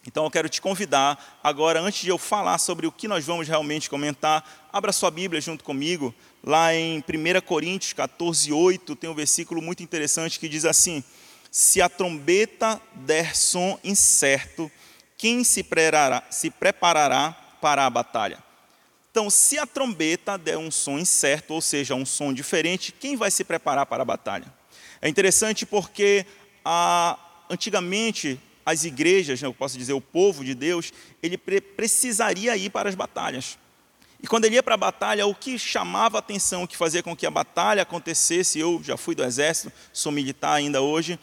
Então eu quero te convidar, agora, antes de eu falar sobre o que nós vamos realmente comentar, abra sua Bíblia junto comigo, lá em 1 Coríntios 14:8, tem um versículo muito interessante que diz assim: se a trombeta der som incerto, quem se preparará para a batalha? Então, se a trombeta der um som incerto, ou seja, um som diferente, quem vai se preparar para a batalha? É interessante porque antigamente as igrejas, eu posso dizer, o povo de Deus, ele precisaria ir para as batalhas. E quando ele ia para a batalha, o que chamava a atenção, o que fazia com que a batalha acontecesse, eu já fui do exército, sou militar ainda hoje,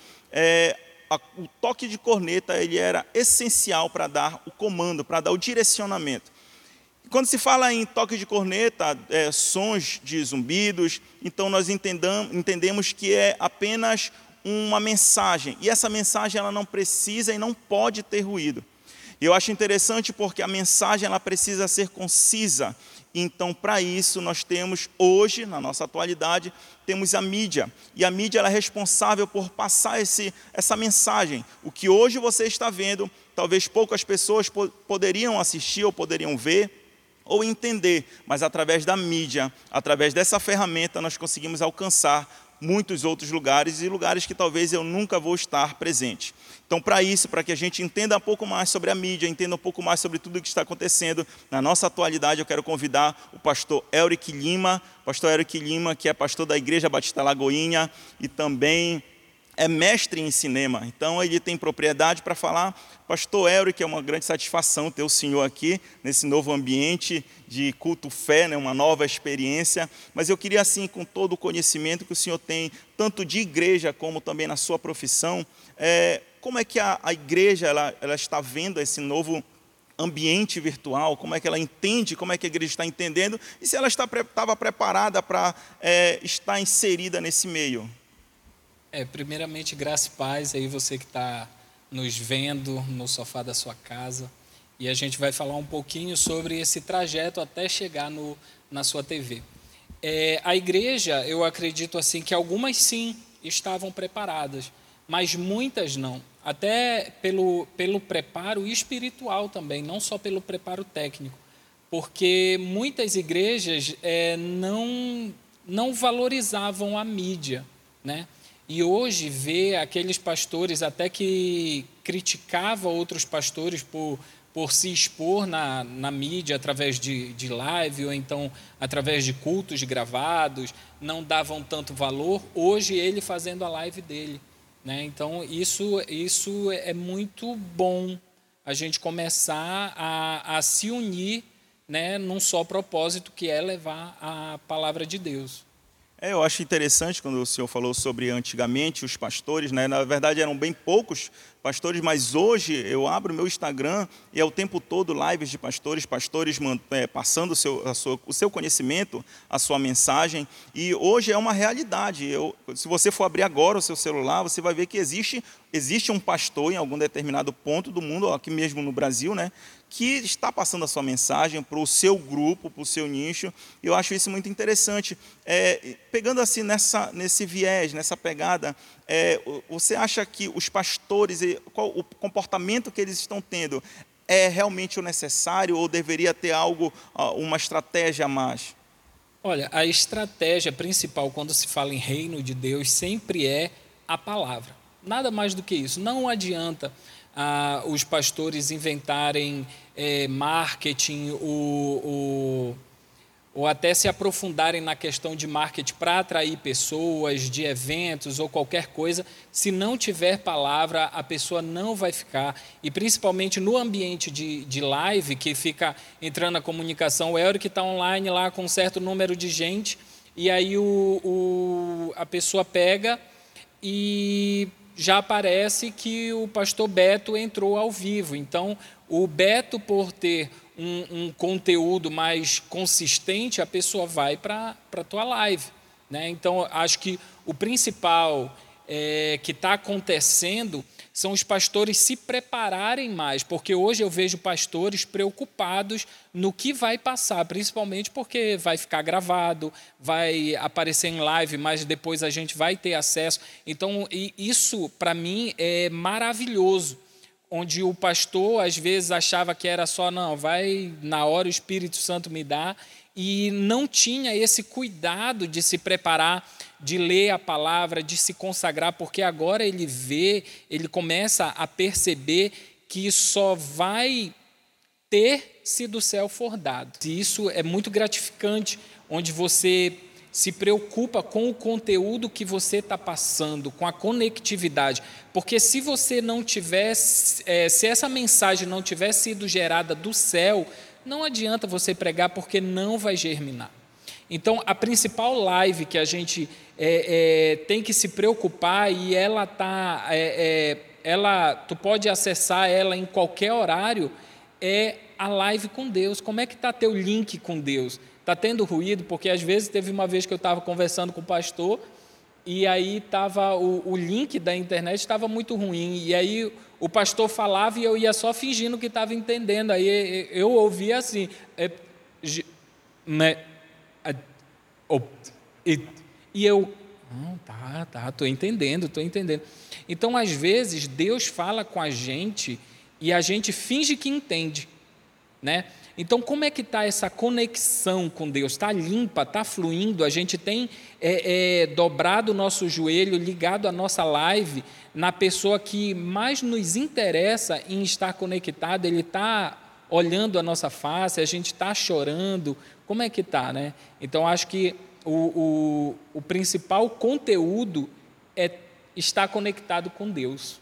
o toque de corneta ele era essencial para dar o comando, para dar o direcionamento. Quando se fala em toque de corneta, sons de zumbidos, então nós entendemos que é apenas uma mensagem. E essa mensagem ela não precisa e não pode ter ruído. E eu acho interessante porque a mensagem ela precisa ser concisa. Então, para isso, nós temos hoje, na nossa atualidade, temos a mídia. E a mídia ela é responsável por passar essa mensagem. O que hoje você está vendo, talvez poucas pessoas poderiam assistir ou poderiam ver, ou entender, mas através da mídia, através dessa ferramenta, nós conseguimos alcançar muitos outros lugares e lugares que talvez eu nunca vou estar presente. Então, para isso, para que a gente entenda um pouco mais sobre a mídia, entenda um pouco mais sobre tudo o que está acontecendo na nossa atualidade, eu quero convidar o pastor Elric Lima, que é pastor da Igreja Batista Lagoinha e também é mestre em cinema, então ele tem propriedade para falar. Pastor Elric, é uma grande satisfação ter o senhor aqui, nesse novo ambiente de culto fé, né, uma nova experiência, mas eu queria assim, com todo o conhecimento que o senhor tem, tanto de igreja como também na sua profissão, como é que a igreja ela está vendo esse novo ambiente virtual, como é que ela entende, como é que a igreja está entendendo, e se ela estava preparada para estar inserida nesse meio? Primeiramente, graça e paz aí você que está nos vendo no sofá da sua casa. E a gente vai falar um pouquinho sobre esse trajeto até chegar na sua TV. A igreja, eu acredito assim que algumas sim estavam preparadas, mas muitas não. Até pelo preparo espiritual também, não só pelo preparo técnico. Porque muitas igrejas não valorizavam a mídia, né? E hoje vê aqueles pastores até que criticavam outros pastores por se expor na mídia através de live ou então através de cultos gravados, não davam tanto valor, hoje ele fazendo a live dele, né? Então isso é muito bom, a gente começar a se unir, né, num só propósito que é levar a palavra de Deus. Eu acho interessante quando o senhor falou sobre antigamente os pastores, né? Na verdade eram bem poucos pastores, mas hoje eu abro o meu Instagram e é o tempo todo lives de pastores passando o seu conhecimento, a sua mensagem, e hoje é uma realidade. Se você for abrir agora o seu celular, você vai ver que existe um pastor em algum determinado ponto do mundo, aqui mesmo no Brasil, né, que está passando a sua mensagem para o seu grupo, para o seu nicho, e eu acho isso muito interessante. Pegando assim nesse viés, nessa pegada, você acha que os pastores, qual o comportamento que eles estão tendo, é realmente o necessário ou deveria ter uma estratégia a mais? Olha, a estratégia principal quando se fala em reino de Deus sempre é a palavra. Nada mais do que isso. Não adianta os pastores inventarem marketing ou até se aprofundarem na questão de marketing para atrair pessoas, de eventos ou qualquer coisa. Se não tiver palavra, a pessoa não vai ficar. E principalmente no ambiente de live, que fica entrando a comunicação, o Elric está online lá com um certo número de gente, e aí a pessoa pega e já aparece que o pastor Beto entrou ao vivo. Então, o Beto, por ter um conteúdo mais consistente, a pessoa vai para a tua live, né? Então, acho que o principal que está acontecendo são os pastores se prepararem mais, porque hoje eu vejo pastores preocupados no que vai passar, principalmente porque vai ficar gravado, vai aparecer em live, mas depois a gente vai ter acesso. Então, isso, para mim, é maravilhoso, onde o pastor às vezes achava que era só, não, vai na hora o Espírito Santo me dá, e não tinha esse cuidado de se preparar, de ler a palavra, de se consagrar, porque agora ele começa a perceber que só vai ter se do céu for dado. E isso é muito gratificante, onde você se preocupa com o conteúdo que você está passando, com a conectividade. Porque se você não tivesse, se essa mensagem não tivesse sido gerada do céu, não adianta você pregar, porque não vai germinar. Então, a principal live que a gente tem que se preocupar, e ela tá, tu pode acessar ela em qualquer horário, é a live com Deus. Como é que está teu link com Deus? Está tendo ruído? Porque às vezes teve uma vez que eu estava conversando com o pastor e aí tava o link da internet estava muito ruim, e aí o pastor falava e eu ia só fingindo que estava entendendo. Aí eu ouvia assim, e eu, não, tá, estou entendendo. Então, às vezes, Deus fala com a gente e a gente finge que entende, né? Então, como é que está essa conexão com Deus? Está limpa, está fluindo? A gente tem dobrado o nosso joelho, ligado a nossa live na pessoa que mais nos interessa em estar conectado? Ele está olhando a nossa face, a gente está chorando? Como é que está, né? Então, acho que o principal conteúdo é estar conectado com Deus.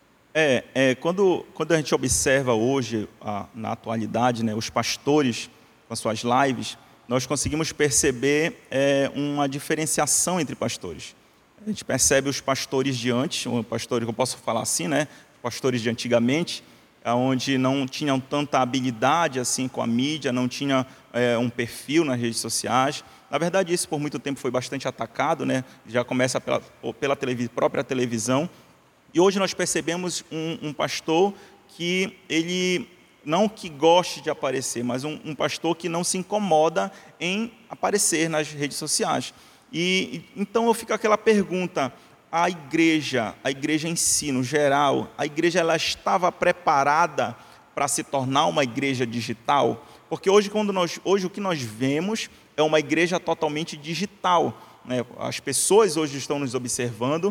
Quando a gente observa hoje, na atualidade, né, os pastores com as suas lives, nós conseguimos perceber uma diferenciação entre pastores. A gente percebe os pastores de antes, o pastor, que eu posso falar assim, né, pastores de antigamente, onde não tinham tanta habilidade assim com a mídia, não tinha um perfil nas redes sociais. Na verdade, isso por muito tempo foi bastante atacado, né, já começa pela própria televisão. E hoje nós percebemos um pastor que ele, não que goste de aparecer, mas um pastor que não se incomoda em aparecer nas redes sociais. E então fica aquela pergunta: a igreja em si, no geral, a igreja ela estava preparada para se tornar uma igreja digital? Porque hoje o que nós vemos é uma igreja totalmente digital, né? As pessoas hoje estão nos observando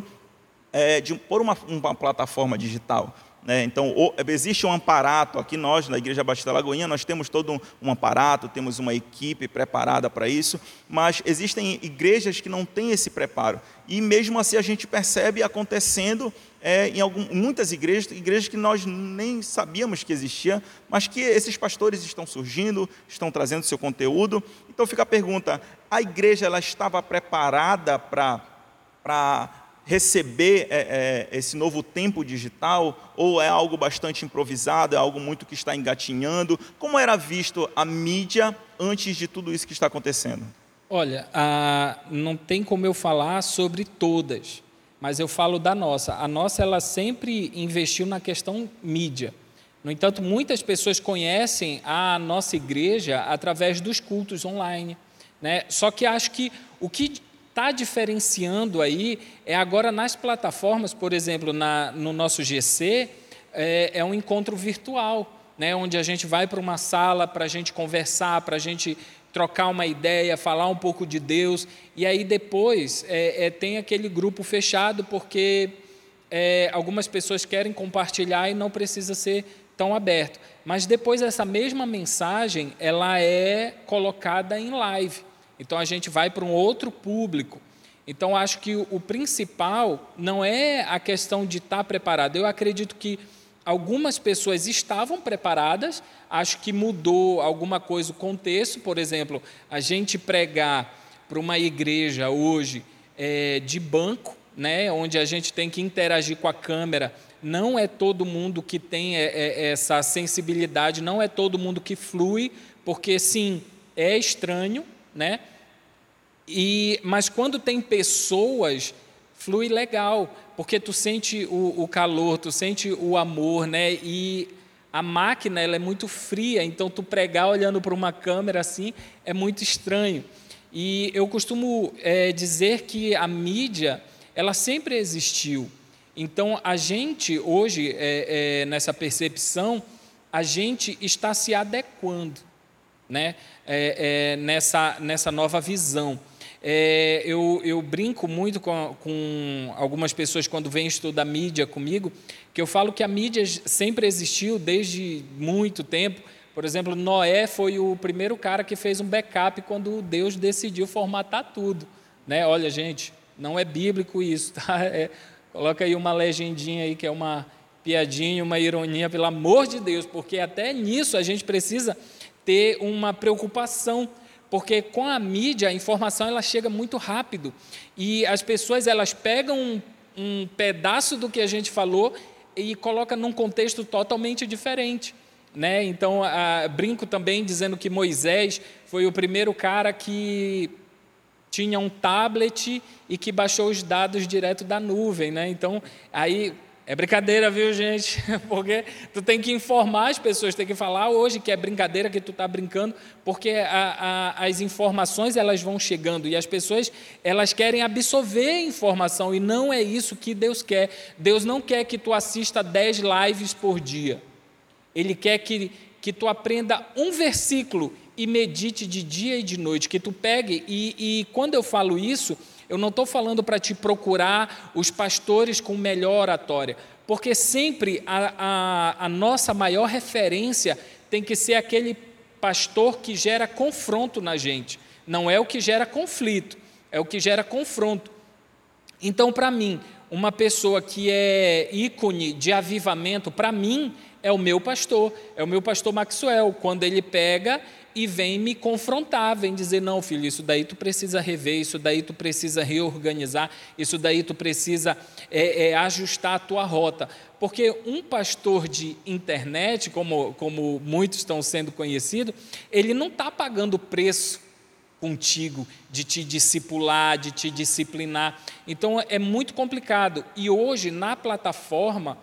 por uma plataforma digital, né? Então, existe um aparato, aqui nós, na Igreja Batista Lagoinha, nós temos todo um aparato, temos uma equipe preparada para isso, mas existem igrejas que não têm esse preparo, e mesmo assim a gente percebe acontecendo em muitas igrejas que nós nem sabíamos que existia, mas que esses pastores estão surgindo, estão trazendo seu conteúdo. Então fica a pergunta: a igreja ela estava preparada para receber esse novo tempo digital, ou é algo bastante improvisado, é algo muito que está engatinhando? Como era visto a mídia antes de tudo isso que está acontecendo? Olha, não tem como eu falar sobre todas, mas eu falo da nossa. A nossa, ela sempre investiu na questão mídia. No entanto, muitas pessoas conhecem a nossa igreja através dos cultos online, né? Só que acho que o que está diferenciando aí é agora nas plataformas, por exemplo, no nosso GC, é um encontro virtual, né, onde a gente vai para uma sala para a gente conversar, para a gente trocar uma ideia, falar um pouco de Deus, e aí depois tem aquele grupo fechado, porque algumas pessoas querem compartilhar e não precisa ser tão aberto. Mas depois essa mesma mensagem, ela é colocada em live. Então, a gente vai para um outro público. Então, acho que o principal não é a questão de estar preparado. Eu acredito que algumas pessoas estavam preparadas, acho que mudou alguma coisa o contexto. Por exemplo, a gente pregar para uma igreja hoje de banco, né, onde a gente tem que interagir com a câmera, não é todo mundo que tem essa sensibilidade, não é todo mundo que flui, porque, sim, é estranho, né? Mas quando tem pessoas, flui legal, porque tu sente o calor, tu sente o amor, né? E a máquina ela é muito fria, então tu pregar olhando para uma câmera assim é muito estranho. E eu costumo dizer que a mídia ela sempre existiu, Então, a gente hoje, nessa percepção, a gente está se adequando, né? Nessa nova visão. Eu brinco muito com algumas pessoas quando vêm estudar mídia comigo, que eu falo que a mídia sempre existiu desde muito tempo. Por exemplo, Noé foi o primeiro cara que fez um backup quando Deus decidiu formatar tudo, né? Olha, gente, não é bíblico isso, tá? Coloca aí uma legendinha aí que é uma piadinha, uma ironia, pelo amor de Deus, porque até nisso a gente precisa ter uma preocupação, porque com a mídia a informação ela chega muito rápido e as pessoas elas pegam um pedaço do que a gente falou e colocam num contexto totalmente diferente, né? Então, brinco também dizendo que Moisés foi o primeiro cara que tinha um tablet e que baixou os dados direto da nuvem, né? Então, aí é brincadeira, viu, gente? Porque tu tem que informar as pessoas, tem que falar hoje que é brincadeira, que tu está brincando, porque as informações elas vão chegando e as pessoas elas querem absorver a informação e não é isso que Deus quer. Deus não quer que tu assista 10 lives por dia. Ele quer que tu aprenda um versículo e medite de dia e de noite, que tu pegue, e quando eu falo isso, eu não estou falando para te procurar os pastores com melhor oratória, porque sempre a nossa maior referência tem que ser aquele pastor que gera confronto na gente, não é o que gera conflito, é o que gera confronto. Então, para mim, uma pessoa que é ícone de avivamento, para mim, é o meu pastor Maxwell, quando ele pega e vem me confrontar, vem dizer, não, filho, isso daí tu precisa rever, isso daí tu precisa reorganizar, isso daí tu precisa ajustar a tua rota. Porque um pastor de internet, como muitos estão sendo conhecidos, ele não está pagando preço contigo, de te discipular, de te disciplinar. Então, é muito complicado. E hoje, na plataforma,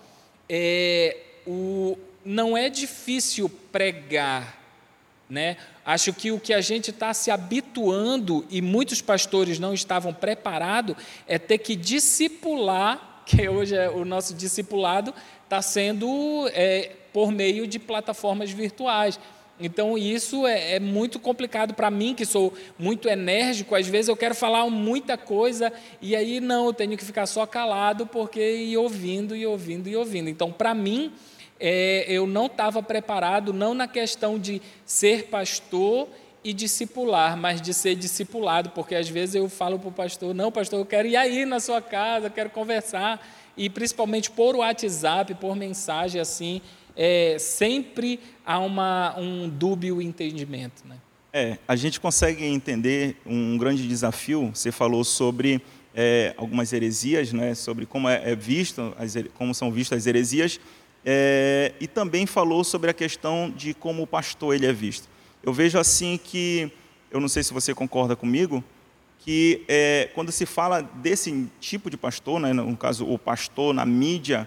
não é difícil pregar, né? Acho que o que a gente está se habituando, e muitos pastores não estavam preparados, é ter que discipular, que hoje o nosso discipulado está sendo por meio de plataformas virtuais. Então, isso é muito complicado para mim, que sou muito enérgico. Às vezes eu quero falar muita coisa e aí não, eu tenho que ficar só calado porque ir ouvindo. Então, para mim, eu não estava preparado, não na questão de ser pastor e discipular, mas de ser discipulado, porque às vezes eu falo para o pastor, não, pastor, eu quero ir aí na sua casa, eu quero conversar, e principalmente por WhatsApp, por mensagem assim, sempre há um dúbio entendimento, né? A gente consegue entender um grande desafio. Você falou sobre algumas heresias, né, sobre como como são vistas as heresias, e também falou sobre a questão de como o pastor ele é visto. Eu vejo assim que, eu não sei se você concorda comigo, que quando se fala desse tipo de pastor, né, no caso o pastor na mídia,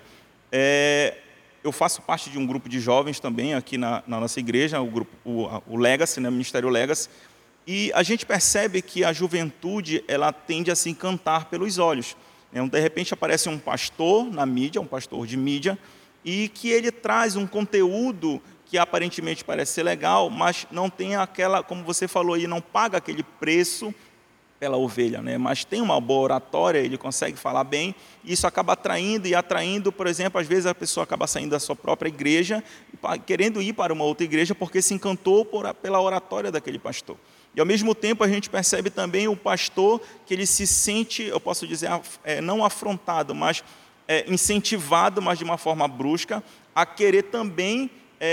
eu faço parte de um grupo de jovens também aqui na nossa igreja, o Legacy, né, o Ministério Legacy, e a gente percebe que a juventude ela tende a se encantar pelos olhos. Então, de repente aparece um pastor na mídia, um pastor de mídia, e que ele traz um conteúdo que aparentemente parece ser legal, mas não tem aquela, como você falou aí, não paga aquele preço pela ovelha, né? Mas tem uma boa oratória, ele consegue falar bem, e isso acaba atraindo, por exemplo, às vezes a pessoa acaba saindo da sua própria igreja, querendo ir para uma outra igreja, porque se encantou pela oratória daquele pastor. E ao mesmo tempo a gente percebe também o pastor que ele se sente, eu posso dizer, não afrontado, mas incentivado, mas de uma forma brusca, a querer também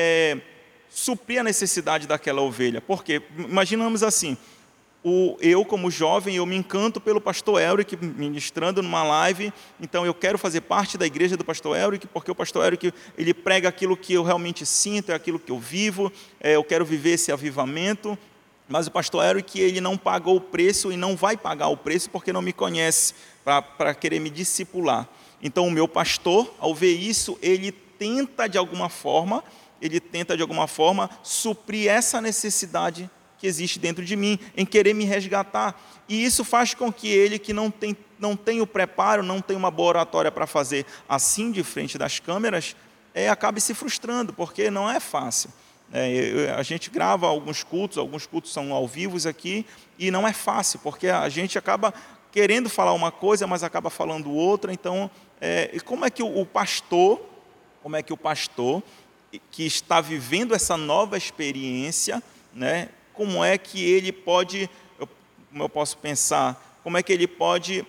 suprir a necessidade daquela ovelha. Porque, imaginamos assim, eu como jovem, eu me encanto pelo pastor Elric ministrando numa live, então eu quero fazer parte da igreja do pastor Elric, porque o pastor Elric, ele prega aquilo que eu realmente sinto, é aquilo que eu vivo, eu quero viver esse avivamento, mas o pastor Elric, ele não pagou o preço e não vai pagar o preço porque não me conhece, para querer me discipular. Então o meu pastor, ao ver isso, ele tenta de alguma forma suprir essa necessidade que existe dentro de mim, em querer me resgatar. E isso faz com que ele, que não tem o preparo, não tem uma boa oratória para fazer assim de frente das câmeras, acabe se frustrando, porque não é fácil. A gente grava alguns cultos são ao vivo aqui, e não é fácil, porque a gente acaba querendo falar uma coisa, mas acaba falando outra. Então, como é que o pastor que está vivendo essa nova experiência, né, como é que ele pode, como eu posso pensar, como é que ele pode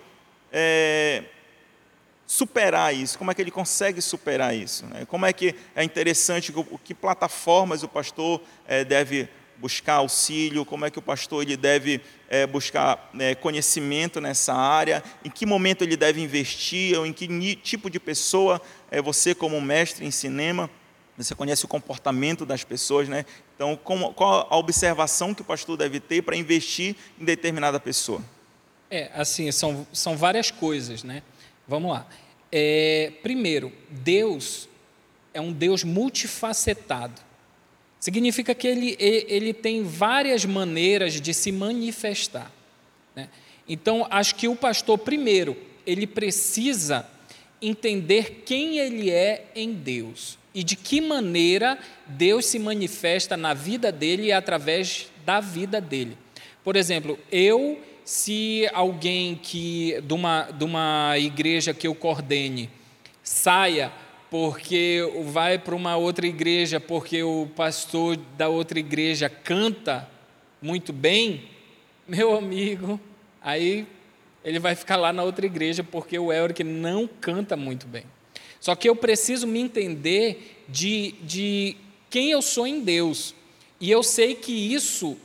superar isso, como é que ele consegue superar isso, né? Como é que é interessante, que plataformas o pastor deve buscar auxílio, como é que o pastor ele deve buscar conhecimento nessa área, em que momento ele deve investir, ou em que tipo de pessoa, você como mestre em cinema, você conhece o comportamento das pessoas, né? Então, qual a observação que o pastor deve ter para investir em determinada pessoa? Assim, são várias coisas, né? Vamos lá. Primeiro, Deus é um Deus multifacetado. Significa que ele tem várias maneiras de se manifestar, né? Então, acho que o pastor, primeiro, ele precisa entender quem ele é em Deus e de que maneira Deus se manifesta na vida dele e através da vida dele. Por exemplo, se alguém de uma igreja que eu coordene saia porque vai para uma outra igreja, porque o pastor da outra igreja canta muito bem, meu amigo, aí ele vai ficar lá na outra igreja porque o Elric não canta muito bem. Só que eu preciso me entender de quem eu sou em Deus. E eu sei que isso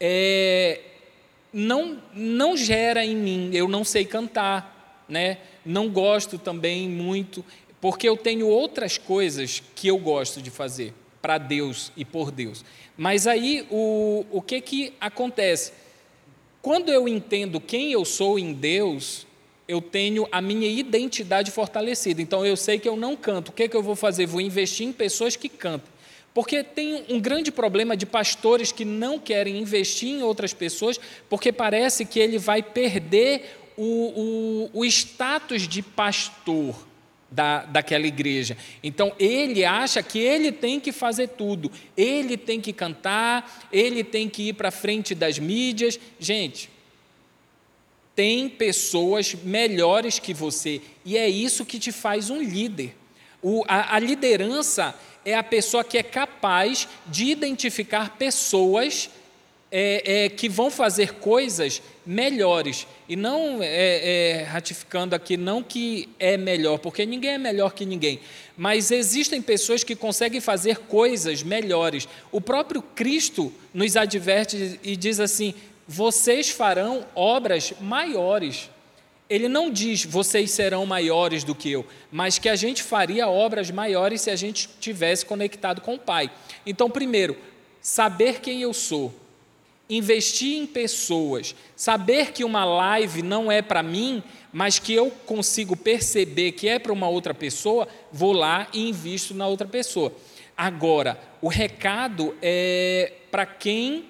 não gera em mim, eu não sei cantar, né? Não gosto também muito, porque eu tenho outras coisas que eu gosto de fazer para Deus e por Deus. Mas aí o que acontece? Quando eu entendo quem eu sou em Deus, eu tenho a minha identidade fortalecida. Então, eu sei que eu não canto. O que eu vou fazer? Vou investir em pessoas que cantam. Porque tem um grande problema de pastores que não querem investir em outras pessoas, porque parece que ele vai perder o status de pastor daquela igreja. Então, ele acha que ele tem que fazer tudo. Ele tem que cantar, ele tem que ir para a frente das mídias. Gente, tem pessoas melhores que você, e é isso que te faz um líder. A liderança é a pessoa que é capaz de identificar pessoas que vão fazer coisas melhores, e não ratificando aqui, não que é melhor, porque ninguém é melhor que ninguém, mas existem pessoas que conseguem fazer coisas melhores. O próprio Cristo nos adverte e diz assim: vocês farão obras maiores. Ele não diz, vocês serão maiores do que eu, mas que a gente faria obras maiores se a gente estivesse conectado com o Pai. Então, primeiro, saber quem eu sou, investir em pessoas, saber que uma live não é para mim, mas que eu consigo perceber que é para uma outra pessoa, vou lá e invisto na outra pessoa. Agora, o recado é para quem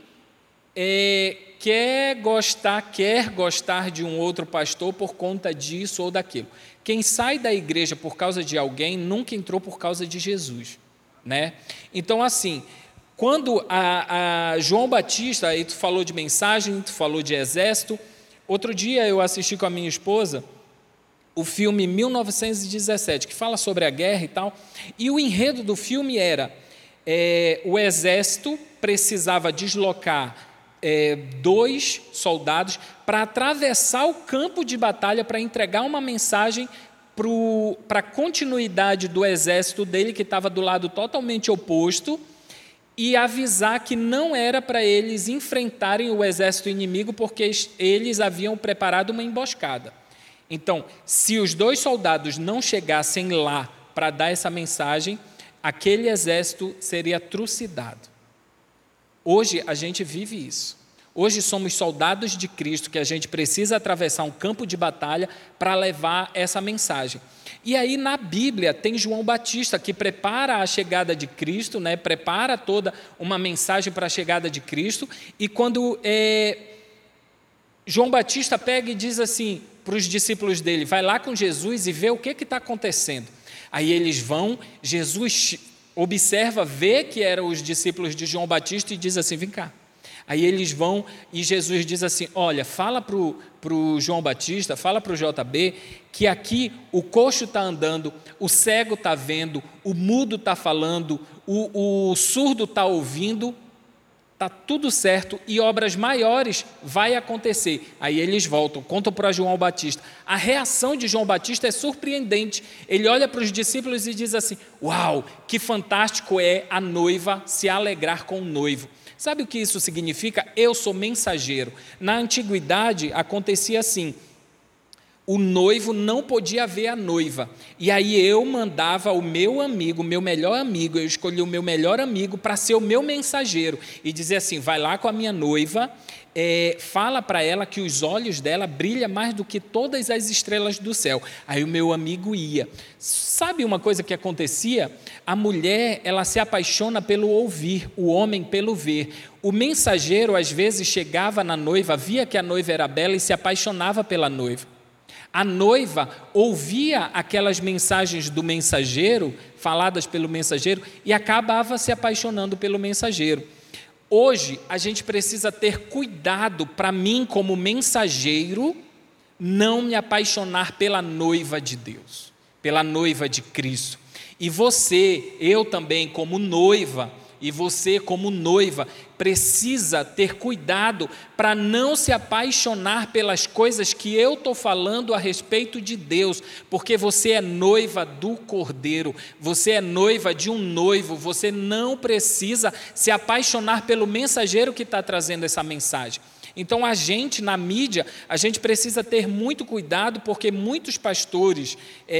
quer gostar de um outro pastor por conta disso ou daquilo. Quem sai da igreja por causa de alguém nunca entrou por causa de Jesus, né? Então, assim, quando a João Batista, aí tu falou de mensagem, tu falou de exército. Outro dia eu assisti com a minha esposa o filme 1917, que fala sobre a guerra e tal, e o enredo do filme era o exército precisava deslocar 2 soldados para atravessar o campo de batalha para entregar uma mensagem para a continuidade do exército dele, que estava do lado totalmente oposto, e avisar que não era para eles enfrentarem o exército inimigo, porque eles haviam preparado uma emboscada. Então, se os 2 soldados não chegassem lá para dar essa mensagem, aquele exército seria trucidado. Hoje a gente vive isso. Hoje somos soldados de Cristo, que a gente precisa atravessar um campo de batalha para levar essa mensagem. E aí na Bíblia tem João Batista, que prepara a chegada de Cristo, né? Prepara toda uma mensagem para a chegada de Cristo, e quando João Batista pega e diz assim para os discípulos dele, vai lá com Jesus e vê o que está acontecendo. Aí eles vão, Jesus observa, vê que eram os discípulos de João Batista e diz assim, vem cá. Aí eles vão e Jesus diz assim, olha, fala para o João Batista, fala para o JB, que aqui o coxo está andando, o cego está vendo, o mudo está falando, o surdo está ouvindo, está tudo certo e obras maiores vai acontecer. Aí eles voltam, contam para João Batista. A reação de João Batista é surpreendente. Ele olha para os discípulos e diz assim, uau, que fantástico é a noiva se alegrar com o noivo. Sabe o que isso significa? Eu sou mensageiro. Na antiguidade acontecia assim, o noivo não podia ver a noiva, e aí eu mandava o meu amigo, meu melhor amigo, eu escolhi o meu melhor amigo para ser o meu mensageiro, e dizer assim, vai lá com a minha noiva, fala para ela que os olhos dela brilham mais do que todas as estrelas do céu. Aí o meu amigo ia. Sabe uma coisa que acontecia? A mulher, ela se apaixona pelo ouvir, o homem pelo ver. O mensageiro às vezes chegava na noiva, via que a noiva era bela e se apaixonava pela noiva. A noiva ouvia aquelas mensagens do mensageiro, faladas pelo mensageiro, e acabava se apaixonando pelo mensageiro. Hoje, a gente precisa ter cuidado, para mim, como mensageiro, não me apaixonar pela noiva de Deus, pela noiva de Cristo. E você, eu também, como noiva, e você, como noiva, precisa ter cuidado para não se apaixonar pelas coisas que eu estou falando a respeito de Deus, porque você é noiva do Cordeiro, você é noiva de um noivo, você não precisa se apaixonar pelo mensageiro que está trazendo essa mensagem. Então a gente, na mídia, a gente precisa ter muito cuidado, porque muitos pastores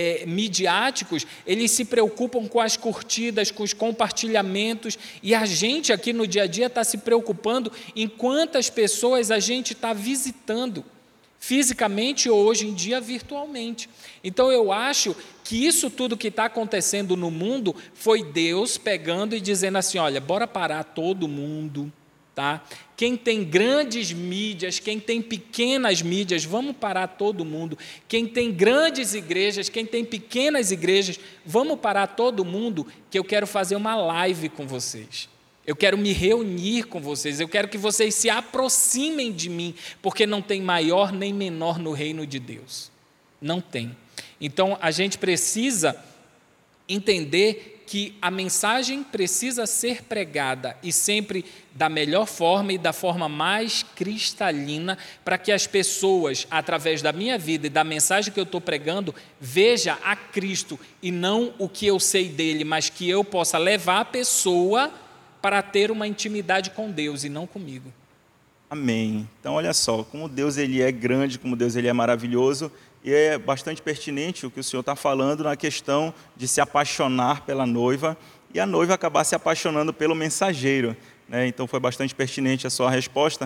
midiáticos, eles se preocupam com as curtidas, com os compartilhamentos, e a gente aqui no dia a dia está se preocupando em quantas pessoas a gente está visitando, fisicamente ou hoje em dia virtualmente. Então eu acho que isso tudo que está acontecendo no mundo foi Deus pegando e dizendo assim, olha, bora parar todo mundo, tá? Quem tem grandes mídias, quem tem pequenas mídias, vamos parar todo mundo. Quem tem grandes igrejas, quem tem pequenas igrejas, vamos parar todo mundo, que eu quero fazer uma live com vocês. Eu quero me reunir com vocês, eu quero que vocês se aproximem de mim, porque não tem maior nem menor no reino de Deus. Não tem. Então, a gente precisa entender que a mensagem precisa ser pregada e sempre da melhor forma e da forma mais cristalina, para que as pessoas, através da minha vida e da mensagem que eu estou pregando, vejam a Cristo e não o que eu sei dele, mas que eu possa levar a pessoa para ter uma intimidade com Deus e não comigo. Amém. Então, olha só, como Deus ele é grande, como Deus ele é maravilhoso, e é bastante pertinente o que o senhor está falando na questão de se apaixonar pela noiva e a noiva acabar se apaixonando pelo mensageiro, né? Então, foi bastante pertinente a sua resposta.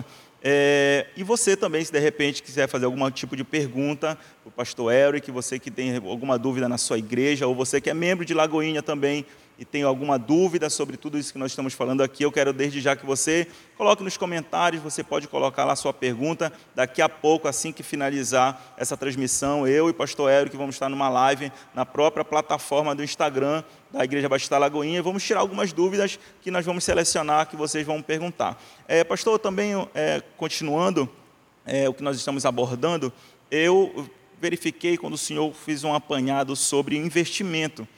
E você também, se de repente quiser fazer algum tipo de pergunta para o pastor Eric, você que tem alguma dúvida na sua igreja, ou você que é membro de Lagoinha também, e tem alguma dúvida sobre tudo isso que nós estamos falando aqui, eu quero desde já que você coloque nos comentários, você pode colocar lá a sua pergunta, daqui a pouco, assim que finalizar essa transmissão, eu e o pastor Eric vamos estar numa live na própria plataforma do Instagram da Igreja Batista Lagoinha, e vamos tirar algumas dúvidas que nós vamos selecionar, que vocês vão perguntar. Pastor, também continuando o que nós estamos abordando, eu verifiquei quando o senhor fez um apanhado sobre investimento,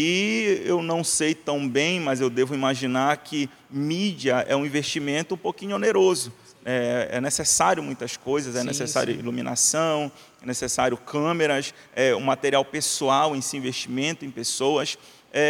e eu não sei tão bem, mas eu devo imaginar que mídia é um investimento um pouquinho oneroso. É necessário muitas coisas, é necessário iluminação, é necessário câmeras, um material pessoal em si, investimento em pessoas.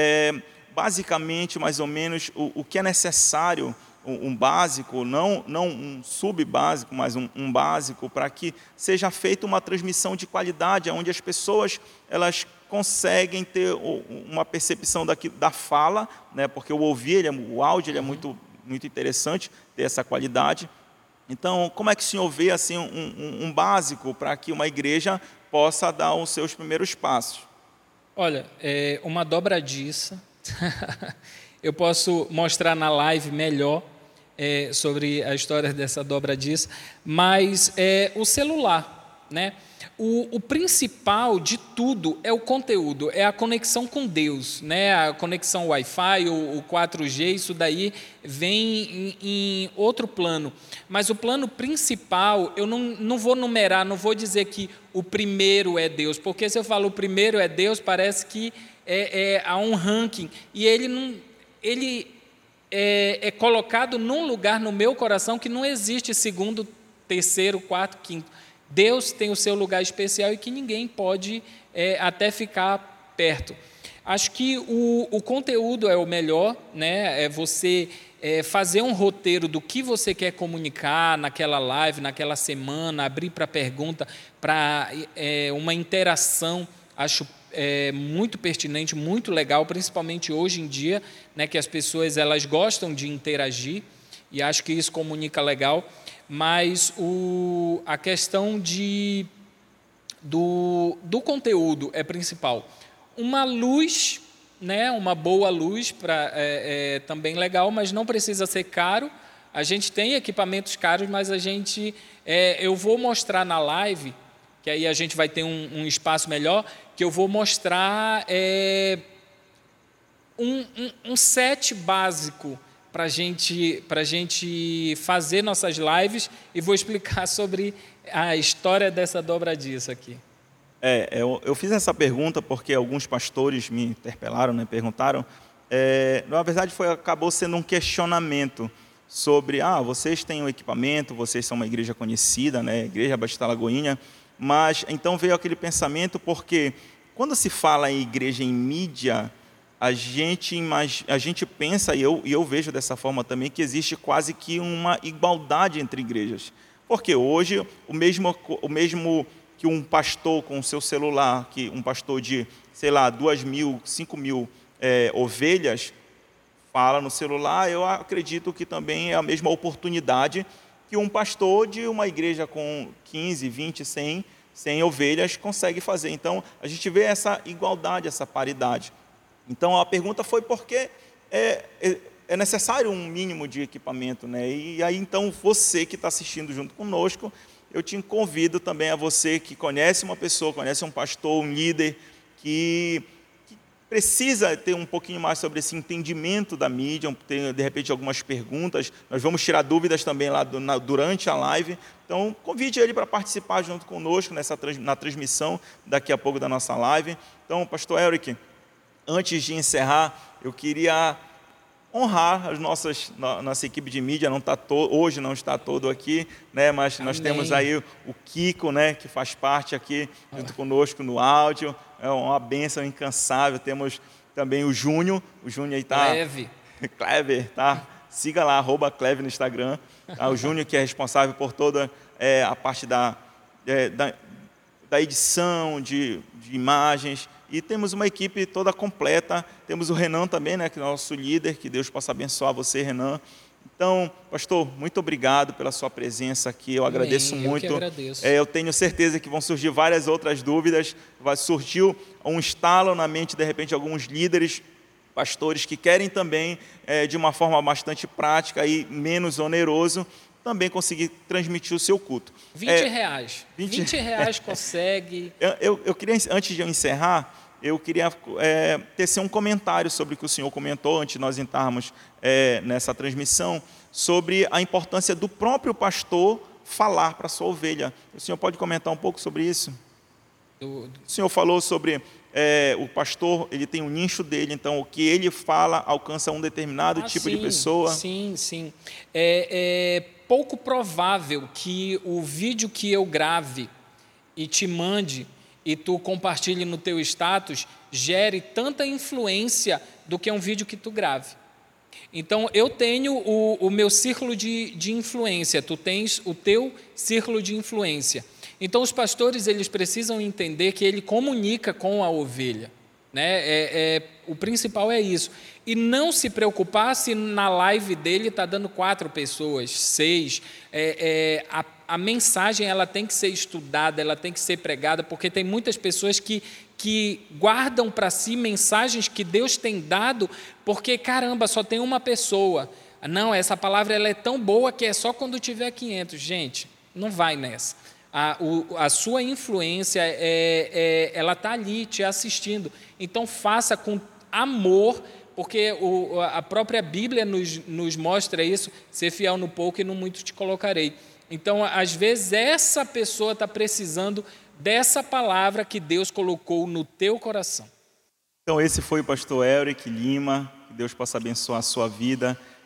Basicamente, mais ou menos, o que é necessário, um básico, não um subbásico, mas um básico, para que seja feita uma transmissão de qualidade, onde as pessoas elas conseguem ter uma percepção da fala, né? Porque o ouvir, o áudio ele é muito, muito interessante ter essa qualidade, Então, como é que o senhor vê assim, um básico para que uma igreja possa dar os seus primeiros passos? Olha, uma dobradiça. Eu posso mostrar na live melhor sobre a história dessa dobradiça, mas o celular, né? O principal de tudo é o conteúdo, é a conexão com Deus, né? A conexão Wi-Fi, o 4G, isso daí vem em outro plano. Mas o plano principal, eu não vou numerar, não vou dizer que o primeiro é Deus, porque se eu falo o primeiro é Deus, parece que há um ranking, e ele é colocado num lugar no meu coração que não existe segundo, terceiro, quarto, quinto. Deus tem o seu lugar especial e que ninguém pode até ficar perto. Acho que o conteúdo é o melhor, né? É você fazer um roteiro do que você quer comunicar naquela live, naquela semana, abrir para pergunta, para uma interação. Acho muito pertinente, muito legal, principalmente hoje em dia, né, que as pessoas elas gostam de interagir, e acho que isso comunica legal. Mas a questão do conteúdo é principal. Uma luz, né, uma boa luz também legal, mas não precisa ser caro. A gente tem equipamentos caros, mas eu vou mostrar na live, que aí a gente vai ter um espaço melhor, que eu vou mostrar um set básico para a gente fazer nossas lives, e vou explicar sobre a história dessa dobradiça aqui. Eu fiz essa pergunta porque alguns pastores me interpelaram, né, perguntaram. Na verdade, acabou sendo um questionamento sobre, vocês têm um equipamento, vocês são uma igreja conhecida, né, Igreja Batista Lagoinha, mas então veio aquele pensamento porque quando se fala em igreja em mídia, a gente pensa, e eu vejo dessa forma também, que existe quase que uma igualdade entre igrejas. Porque hoje, o mesmo que um pastor com o seu celular, que um pastor de, 2.000, 5.000 ovelhas, fala no celular, eu acredito que também é a mesma oportunidade que um pastor de uma igreja com 15, 20, 100 ovelhas consegue fazer. Então, a gente vê essa igualdade, essa paridade. Então, a pergunta foi por que é necessário um mínimo de equipamento, né? E aí, então, você que está assistindo junto conosco, eu te convido também a você que conhece uma pessoa, conhece um pastor, um líder, que precisa ter um pouquinho mais sobre esse entendimento da mídia, ter, de repente, algumas perguntas. Nós vamos tirar dúvidas também lá durante a live. Então, convide ele para participar junto conosco na transmissão daqui a pouco da nossa live. Então, pastor Eric, antes de encerrar, eu queria honrar nossa equipe de mídia. Hoje não está todo aqui, né? Mas Amém. Nós temos aí o Kiko, né? Que faz parte aqui junto conosco no áudio. É uma bênção incansável. Temos também o Júnior. O Júnior aí está... Clever, tá? Siga lá, @Clever no Instagram. Tá? O Júnior, que é responsável por toda a parte da edição, de imagens. E temos uma equipe toda completa. Temos o Renan também, né, que é o nosso líder. Que Deus possa abençoar você, Renan. Então, pastor, muito obrigado pela sua presença aqui. Eu agradeço muito. Eu que agradeço. Eu tenho certeza que vão surgir várias outras dúvidas. Surgiu um estalo na mente, de repente, alguns líderes, pastores que querem também, de uma forma bastante prática e menos oneroso, também conseguir transmitir o seu culto. R$20. R$20 consegue. Eu queria, antes de eu encerrar, eu queria tecer um comentário sobre o que o senhor comentou, antes de nós entrarmos nessa transmissão, sobre a importância do próprio pastor falar para a sua ovelha. O senhor pode comentar um pouco sobre isso? O senhor falou sobre o pastor, ele tem um nicho dele, então o que ele fala alcança um determinado tipo de pessoa. Sim. É pouco provável que o vídeo que eu grave e te mande e tu compartilhe no teu status gere tanta influência do que um vídeo que tu grave. Então, eu tenho o meu círculo de influência, tu tens o teu círculo de influência. Então, os pastores eles precisam entender que ele comunica com a ovelha, né? O principal é isso. E não se preocupar se na live dele está dando 4 pessoas, 6. A mensagem ela tem que ser estudada, ela tem que ser pregada, porque tem muitas pessoas que guardam para si mensagens que Deus tem dado, porque, caramba, só tem uma pessoa. Não, essa palavra ela é tão boa que é só quando tiver 500. Gente, não vai nessa. A sua influência, ela está ali te assistindo. Então, faça com amor, porque a própria Bíblia nos mostra isso: ser fiel no pouco e no muito te colocarei. Então, às vezes, essa pessoa está precisando dessa palavra que Deus colocou no teu coração. Então esse foi o pastor Elric Lima, que Deus possa abençoar a sua vida.